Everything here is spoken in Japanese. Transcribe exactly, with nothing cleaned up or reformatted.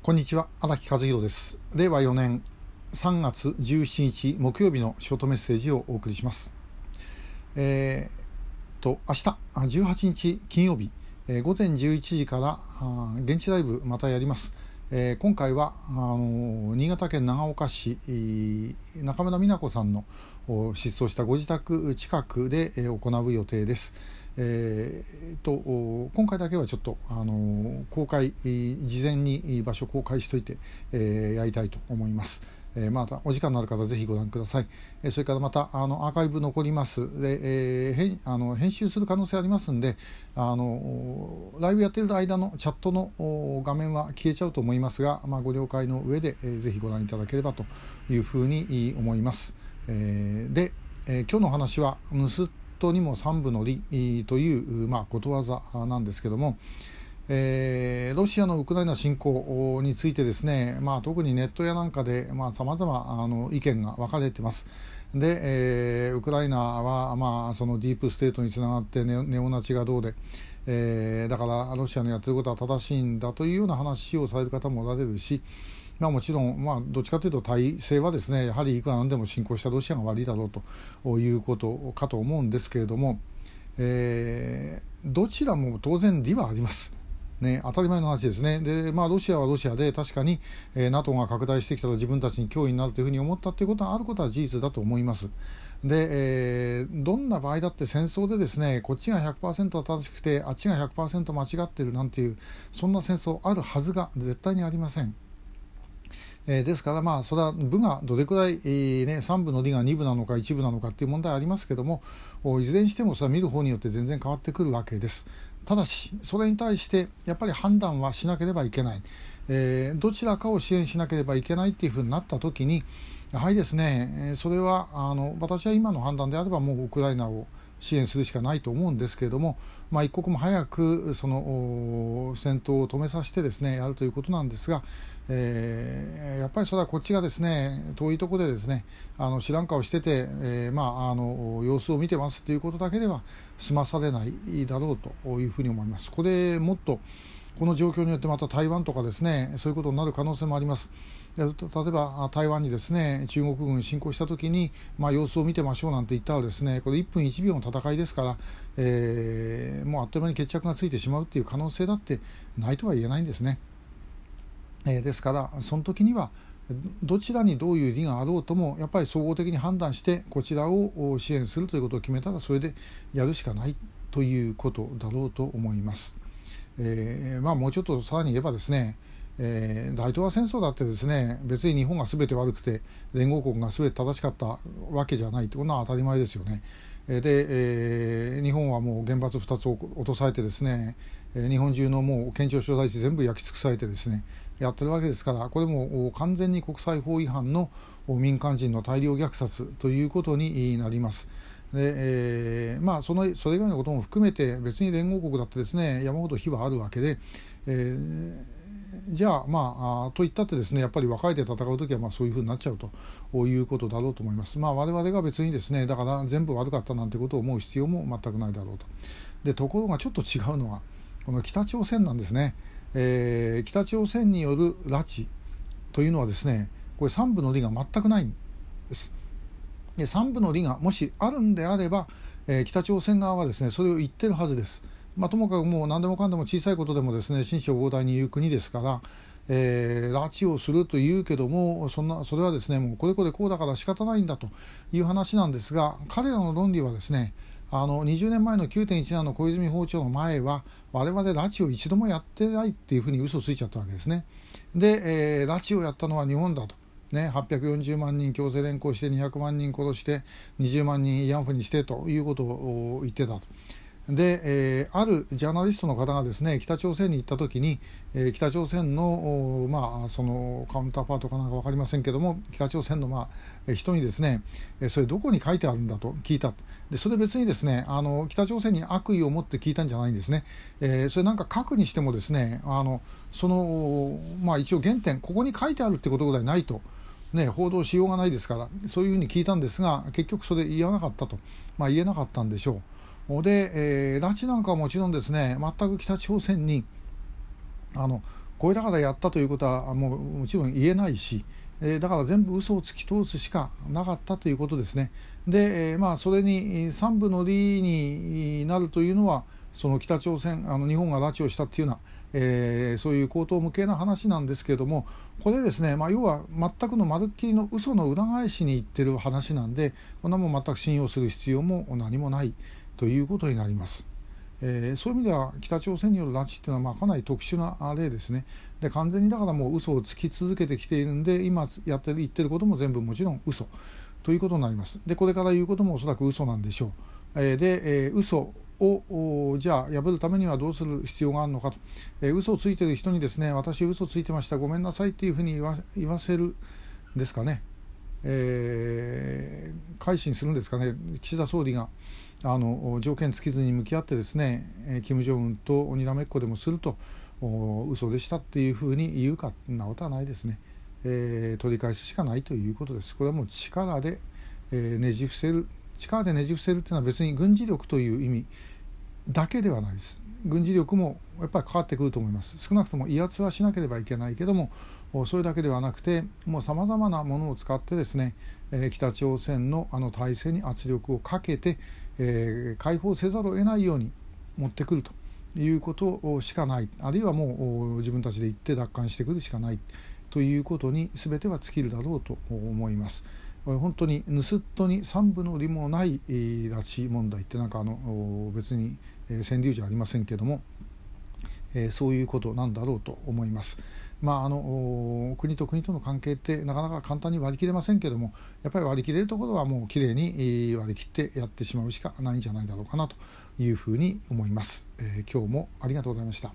こんにちは、荒木和弘です。れいわよねんさんがつじゅうしちにち木曜日のショートメッセージをお送りします。えー、と明日じゅうはちにち金曜日、えー、午前じゅういちじからあ現地ライブまたやります。えー、今回はあの新潟県長岡市中村美奈子さんの失踪したご自宅近くで行う予定です。えー、と今回だけはちょっとあの公開事前に場所公開しといて、えー、やりたいと思います。えー、またお時間のある方ぜひご覧ください。えー、それからまたあのアーカイブ残りますで、えー、編あの編集する可能性ありますんで、あのライブやっている間のチャットの画面は消えちゃうと思いますが、まあ、ご了解の上で、えー、ぜひご覧いただければというふうに思います。えー、で、えー、今日の話は盗っ人にも三分の理という、まあ、ことわざなんですけども、えー、ロシアのウクライナ侵攻についてですね、まあ、特にネットやなんかでさまざま意見が分かれています。で、えー、ウクライナは、まあ、そのディープステートにつながってネオ、ネオナチがどうで、えー、だからロシアのやってることは正しいんだというような話をされる方もおられるし、まあ、もちろん、まあ、どっちかというと体制はですね、やはりいくらなんでも侵攻したロシアが悪いだろうということかと思うんですけれども、えー、どちらも当然利はあります。ね、当たり前の話ですね。で、まあ、ロシアはロシアで確かに、えー、ナトー が拡大してきたら自分たちに脅威になるというふうに思ったということはあることは事実だと思います。で、えー、どんな場合だって戦争でですね、こっちが ひゃくパーセント 正しくてあっちが ひゃくパーセント 間違っているなんていうそんな戦争あるはずが絶対にありません。えー、ですから、まあ、それは部がどれくらい、えーね、さんぶの理がにぶなのかいちぶなのかっていう問題はありますけども、いずれにしてもそれは見る方によって全然変わってくるわけです。ただし、それに対してやっぱり判断はしなければいけない、えー、どちらかを支援しなければいけないっていうふうになったときに、やはりですね、それはあの私は今の判断であればもうウクライナを支援するしかないと思うんですけれども、まあ、一刻も早くその戦闘を止めさせてですねやるということなんですが、えー、やっぱりそれはこっちがですね遠いところでですねあの知らん顔してて、えーまあ、あの様子を見てますということだけでは済まされないだろうというふうに思います。これもっとこの状況によってまた台湾とかですねそういうことになる可能性もあります。例えば台湾にですね中国軍侵攻したときに、まあ、様子を見てましょうなんて言ったらですねこれいっぷんいちびょうの戦いですから、えー、もうあっという間に決着がついてしまうっていう可能性だってないとは言えないんですね。えー、ですからその時にはどちらにどういう利があろうともやっぱり総合的に判断してこちらを支援するということを決めたらそれでやるしかないということだろうと思います。えーまあ、もうちょっとさらに言えばですね、えー、大東亜戦争だってですね別に日本が全て悪くて連合国が全て正しかったわけじゃないというのは当たり前ですよね。で、えー、日本はもう原発ふたつを落とされてですね日本中のもう県庁所在地全部焼き尽くされてですねやってるわけですから、これも完全に国際法違反の民間人の大量虐殺ということになります。で、えー、まあそのそれ以外のことも含めて別に連合国だってですね山ほど非はあるわけで、えー、じゃあまあと言ったってですねやっぱり若いで戦うときはまあそういうふうになっちゃうということだろうと思います。まあ我々が別にですねだから全部悪かったなんてことを思う必要も全くないだろうと。でところがちょっと違うのはこの北朝鮮なんですね。えー、北朝鮮による拉致というのはですねこれ三部の理が全くないんです。で三部の理がもしあるんであれば、えー、北朝鮮側はですねそれを言ってるはずです。まあ、ともかくもう何でもかんでも小さいことでもですね心象膨大に言う国ですから、えー、拉致をするというけどもそんなそれはですねもうこれこれこうだから仕方ないんだという話なんですが、彼らの論理はですねあのにじゅうねんまえの きゅうてんいちなな の小泉訪朝の前は我々拉致を一度もやってないっていうふうに嘘ついちゃったわけですね。で、えー、拉致をやったのは日本だと。ね、はっぴゃくよんじゅうまんにん強制連行してにひゃくまんにん殺してにじゅうまんにん慰安婦にしてということを言ってたと。で、えー、あるジャーナリストの方がですね北朝鮮に行った時に、えー、北朝鮮の、まあ、そのカウンターパートかなんか分かりませんけども北朝鮮の、まあ、人にですねそれどこに書いてあるんだと聞いた。でそれ別にですねあの北朝鮮に悪意を持って聞いたんじゃないんですね。えー、それなんか書くにしてもですねあのその、まあ、一応原点ここに書いてあるってことぐらいないとね、報道しようがないですからそういうふうに聞いたんですが結局それ言わなかったと、まあ、言えなかったんでしょう。で、えー、拉致なんかはもちろんですね全く北朝鮮にあのこれだからやったということはもうもちろん言えないし、えー、だから全部嘘を突き通すしかなかったということですね。で、えー、まあそれに三分の理になるというのは、その北朝鮮、あの日本が拉致をしたっていうような、えー、そういう荒唐無稽な話なんですけれども、これですね、まあ、要は全くのまるっきりの嘘の裏返しに言ってる話なんで、こんなもん全く信用する必要も何もないということになります。えー、そういう意味では北朝鮮による拉致っていうのはまあかなり特殊な例ですね。で、完全にだからもう嘘をつき続けてきているんで、今やってる言ってることも全部もちろん嘘ということになります。で、これから言うこともおそらく嘘なんでしょう。えー、で、えー、嘘をじゃあ破るためにはどうする必要があるのかと、えー、嘘をついている人にですね、私嘘ついてました、ごめんなさいっていうふうに言わ、言わせるですかね、えー、改心するんですかね。岸田総理があの条件付きずに向き合ってですね、金正恩とにらめっこでもすると嘘でしたっていうふうに言うか、そんなことはないですね。えー、取り返すしかないということです。これはもう力で、えー、ねじ伏せる、力でねじ伏せるというのは別に軍事力という意味だけではないです。軍事力もやっぱりかかってくると思います。少なくとも威圧はしなければいけないけども、それだけではなくて、もうさまざまなものを使ってですね、えー、北朝鮮のあの体制に圧力をかけて、えー、解放せざるを得ないように持ってくるということしかない、あるいはもう自分たちで行って奪還してくるしかないということに全ては尽きるだろうと思います。本当に盗っ人に三分の理もない拉致問題って、なんかあの別に川柳じゃありませんけども、えー、そういうことなんだろうと思います。まあ、あの国と国との関係ってなかなか簡単に割り切れませんけども、やっぱり割り切れるところはもうきれいに割り切ってやってしまうしかないんじゃないだろうかなというふうに思います。えー、今日もありがとうございました。